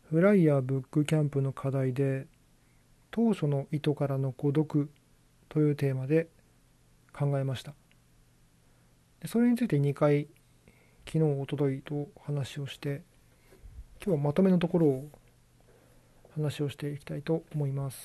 フライヤーブックキャンプの課題で当初の意図からの孤独というテーマで考えました。それについて2回、昨日おとといと話をして、今日はまとめのところを話をしていきたいと思います。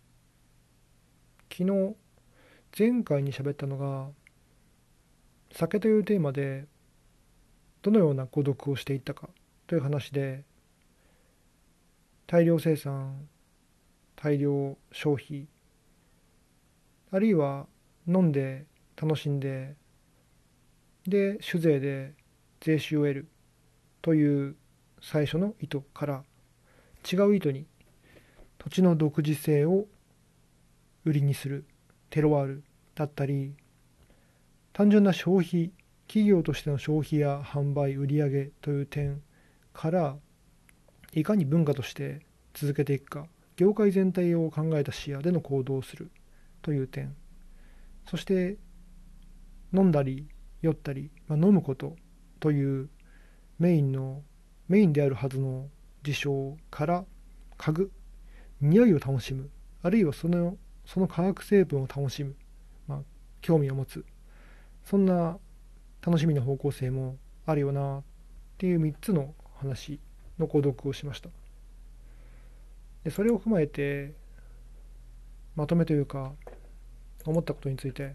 昨日前回に喋ったのが酒というテーマでどのような孤独をしていったかという話で、大量生産、大量消費、あるいは飲んで楽しんで酒税で税収を得るという最初の意図から違う意図に土地の独自性を売りにするテロワールだったり、単純な消費、企業としての消費や販売売上という点からいかに文化として続けていくか、業界全体を考えた視野での行動をするという点、そして飲んだり酔ったり、飲むことというメインであるはずの事象から嗅ぐ、匂いを楽しむ、あるいはその化学成分を楽しむ、興味を持つ、そんな楽しみの方向性もあるよなっていう3つの話の購読をしました。でそれを踏まえてまとめというか思ったことについて、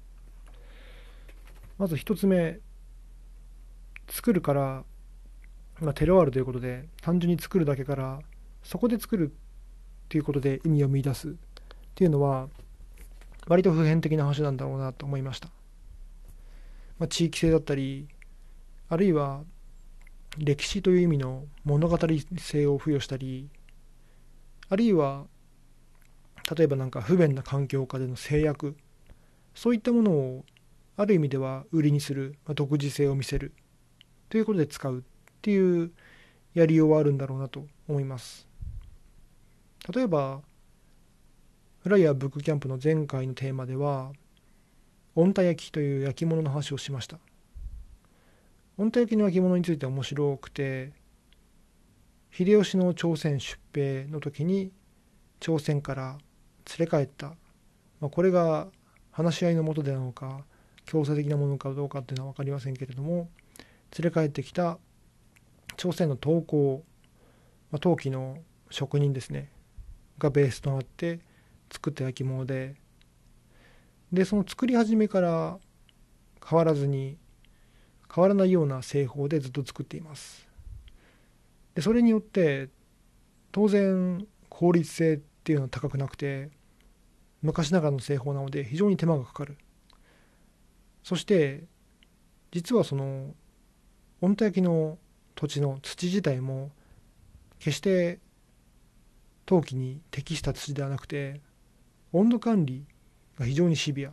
まず1つ目、作るから、テロワールということで単純に作るだけからそこで作るっていうことで意味を見出すっていうのは割と普遍的な話なんだろうなと思いました。地域性だったり、あるいは歴史という意味の物語性を付与したり、あるいは例えば不便な環境下での制約、そういったものをある意味では売りにする、独自性を見せるということで使うっていうやりようはあるんだろうなと思います。例えばフライヤーブックキャンプの前回のテーマでは温太焼きという焼き物の話をしました。温太焼きの焼き物について面白くて、秀吉の朝鮮出兵の時に朝鮮から連れ帰った、これが話し合いのもとでなのか強制的なものかどうかっていうのは分かりませんけれども、連れ帰ってきた朝鮮の陶工、陶器の職人ですねがベースとなって作った焼き物で、その作り始めから変わらずに変わらないような製法でずっと作っています。でそれによって当然効率性っていうのは高くなくて、昔ながらの製法なので非常に手間がかかる。そして実はその温太焼きの土地の土自体も決して陶器に適した土ではなくて、温度管理が非常にシビア、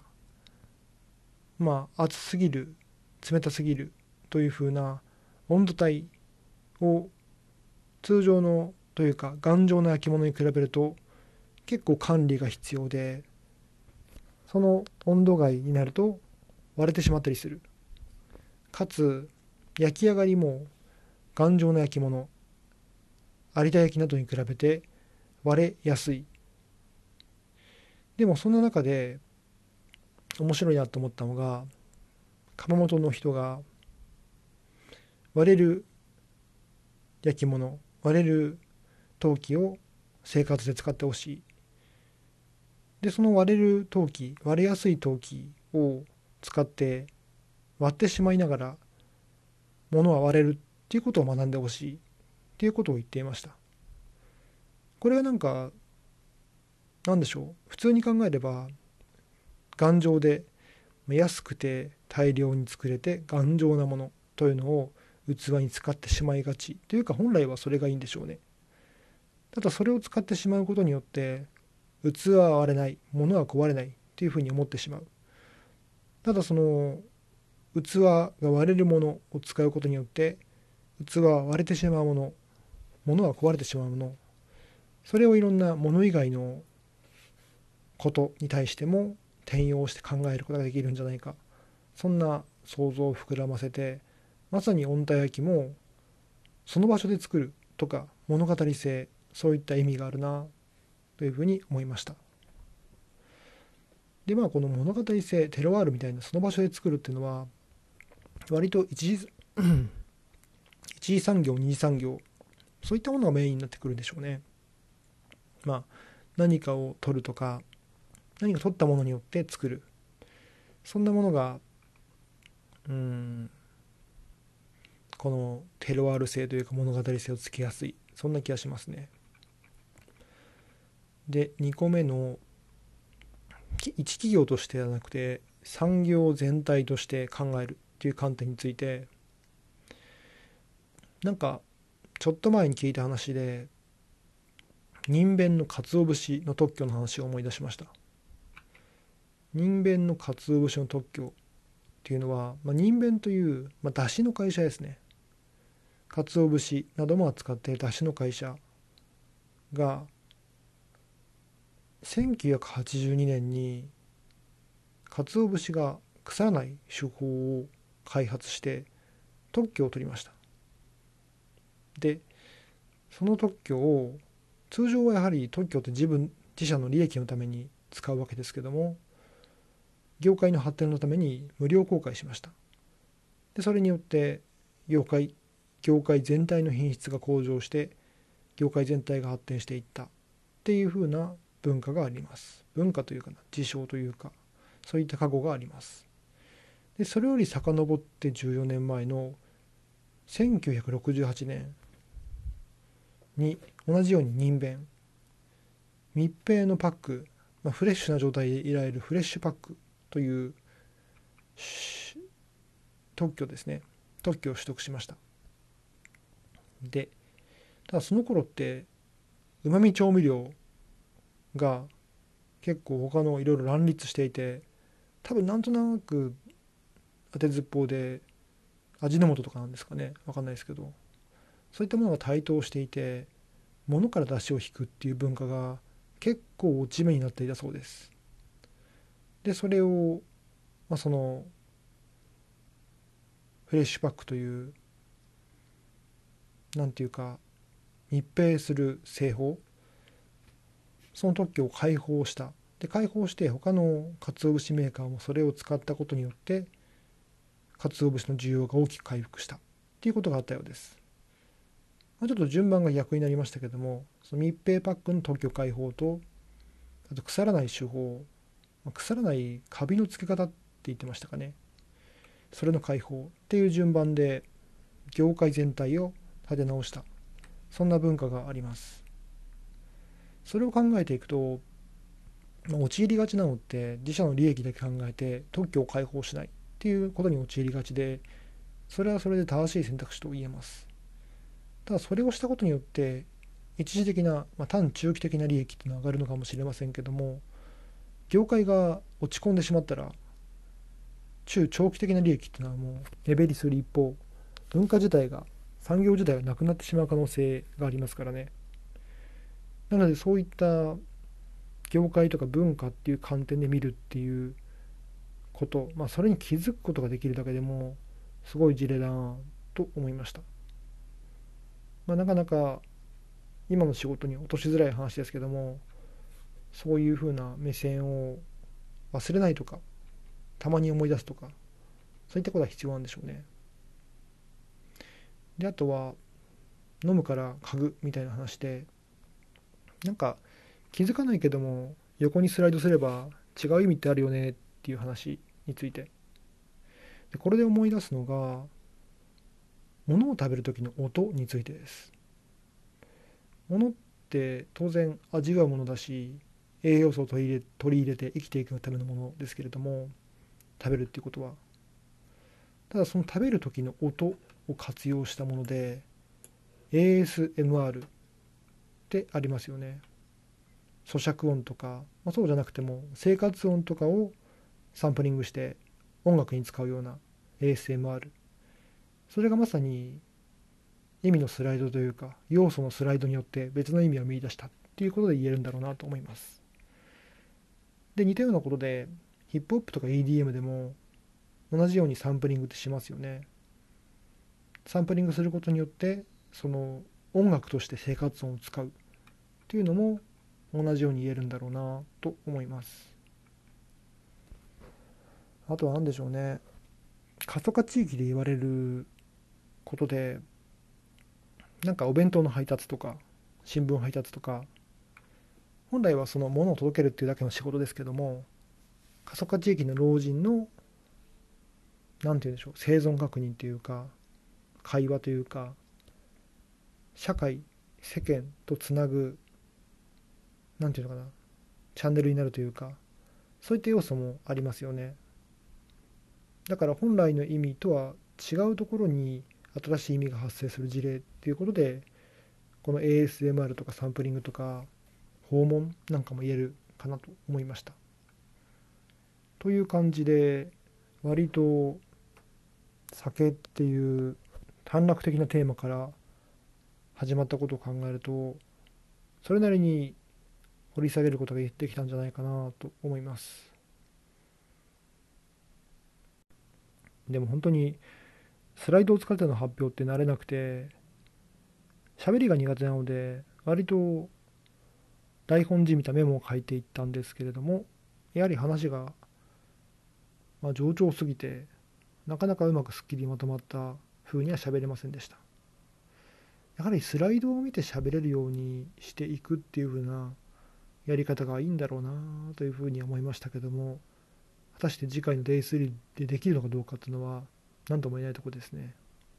熱すぎる冷たすぎるというふうな温度帯を通常のというか頑丈な焼き物に比べると結構管理が必要で、その温度外になると割れてしまったりする。かつ焼き上がりも頑丈な焼き物、有田焼などに比べて割れやすい。でもそんな中で面白いなと思ったのが、窯元の人が割れる焼き物、割れる陶器を生活で使ってほしい。でその割れる陶器、割れやすい陶器を使って割ってしまいながら物は割れるっていうことを学んでほしいっていうことを言っていました。これは何でしょう、普通に考えれば頑丈で安くて大量に作れて頑丈なものというのを器に使ってしまいがちというか、本来はそれがいいんでしょうね。ただそれを使ってしまうことによって器は割れない、物は壊れないっていうふうに思ってしまう。ただその器が割れるものを使うことによって器は割れてしまうもの、物は壊れてしまうもの、それをいろんなもの以外のことに対しても転用して考えることができるんじゃないか、そんな想像を膨らませて、まさに温帯焼きもその場所で作るとか、 物語性、そういった意味があるなというふうに思いました。でこの物語性、テロワールみたいなその場所で作るっていうのは割と一次産業、二次産業、そういったものがメインになってくるんでしょうね。何かを取るとか、何か取ったものによって作る、そんなものがこのテロワール性というか物語性をつけやすい、そんな気がしますね。で2個目の、一企業としてではなくて産業全体として考えるっていう観点について、ちょっと前に聞いた話で人弁の鰹節の特許の話を思い出しました。人弁の鰹節の特許っていうのは、人弁という、出汁の会社ですね。鰹節なども扱っている出汁の会社が1982年に鰹節が腐らない手法を開発して特許を取りました。でその特許を、通常はやはり特許って自社の利益のために使うわけですけども、業界の発展のために無料公開しました。でそれによって業界全体の品質が向上して業界全体が発展していったっていう風な文化があります。文化というか事象というか、そういった過去があります。でそれより遡って14年前の1968年に同じように人弁、密閉のパック、フレッシュな状態でいられるフレッシュパックという特許ですね、特許を取得しました。でただその頃ってうまみ調味料が結構他のいろいろ乱立していて、多分なんとなく当てずっぽうで味の素とかなんですかね、分かんないですけど、そういったものが台頭していて、物から出汁を引くっていう文化が結構落ち目になっていたそうです。でそれを、そのフレッシュパックというなんていうか密閉する製法、その特許を開放した。で開放して他の鰹節メーカーもそれを使ったことによって鰹節の需要が大きく回復したっていうことがあったようです。ちょっと順番が逆になりましたけども、その密閉パックの特許開放と、あと腐らない手法、腐らないカビのつけ方って言ってましたかね、それの開放っていう順番で業界全体を立て直した、そんな文化があります。それを考えていくと、陥りがちなのって自社の利益だけ考えて特許を開放しないっていうことに陥りがちで、それはそれで正しい選択肢と言えます。ただそれをしたことによって一時的な、短中期的な利益っていうのは上がるのかもしれませんけども、業界が落ち込んでしまったら中長期的な利益っていうのはもう目減りする一方、文化自体が、産業自体がなくなってしまう可能性がありますからね。なのでそういった業界とか文化っていう観点で見るっていうこと、それに気づくことができるだけでもすごい事例だなと思いました。なかなか今の仕事に落としづらい話ですけども、そういう風な目線を忘れないとか、たまに思い出すとか、そういったことは必要なんでしょうね。であとは飲むから嗅ぐみたいな話で、気づかないけども横にスライドすれば違う意味ってあるよねっていう話についてで、これで思い出すのが物を食べる時の音についてです。物って当然味わうものだし、栄養素を取り入れて生きていくためのものですけれども、食べるっていうことは、ただその食べる時の音を活用したもので ASMR ってありますよね。咀嚼音とか、そうじゃなくても生活音とかをサンプリングして音楽に使うような ASMR、 それがまさに意味のスライドというか要素のスライドによって別の意味を見出したっていうことで言えるんだろうなと思います。で似たようなことでヒップホップとか EDM でも同じようにサンプリングってしますよね。サンプリングすることによってその音楽として生活音を使うっていうのも同じように言えるんだろうなと思います。あとは何でしょうね、過疎化地域で言われることで、なんかお弁当の配達とか新聞配達とか、本来はその物を届けるっていうだけの仕事ですけども、過疎化地域の老人のなんて言うんでしょう、生存確認というか会話というか、社会世間とつなぐ、なんていうのかな、チャンネルになるというか、そういった要素もありますよね。だから本来の意味とは違うところに新しい意味が発生する事例っていうことで、この ASMR とかサンプリングとか訪問なんかも言えるかなと思いました。という感じで、割と酒っていう短絡的なテーマから始まったことを考えると、それなりに掘り下げることができたんじゃないかなと思います。でも本当にスライドを使っての発表って慣れなくて、喋りが苦手なので、割と台本じみたメモを書いていったんですけれども、やはり話が冗長すぎて、なかなかうまくすっきりまとまった風には喋れませんでした。やはりスライドを見て喋れるようにしていくっていう風なやり方がいいんだろうなというふうに思いましたけども、果たして次回の Day3 でできるのかどうかっていうのは何とも言えないところですね。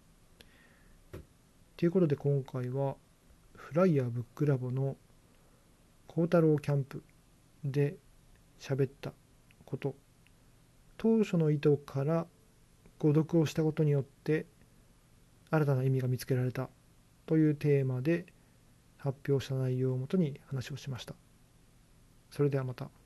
ということで今回はフライヤーブックラボの幸太郎キャンプで喋ったこと、当初の意図から誤読をしたことによって新たな意味が見つけられたというテーマで発表した内容をもとに話をしました。それではまた。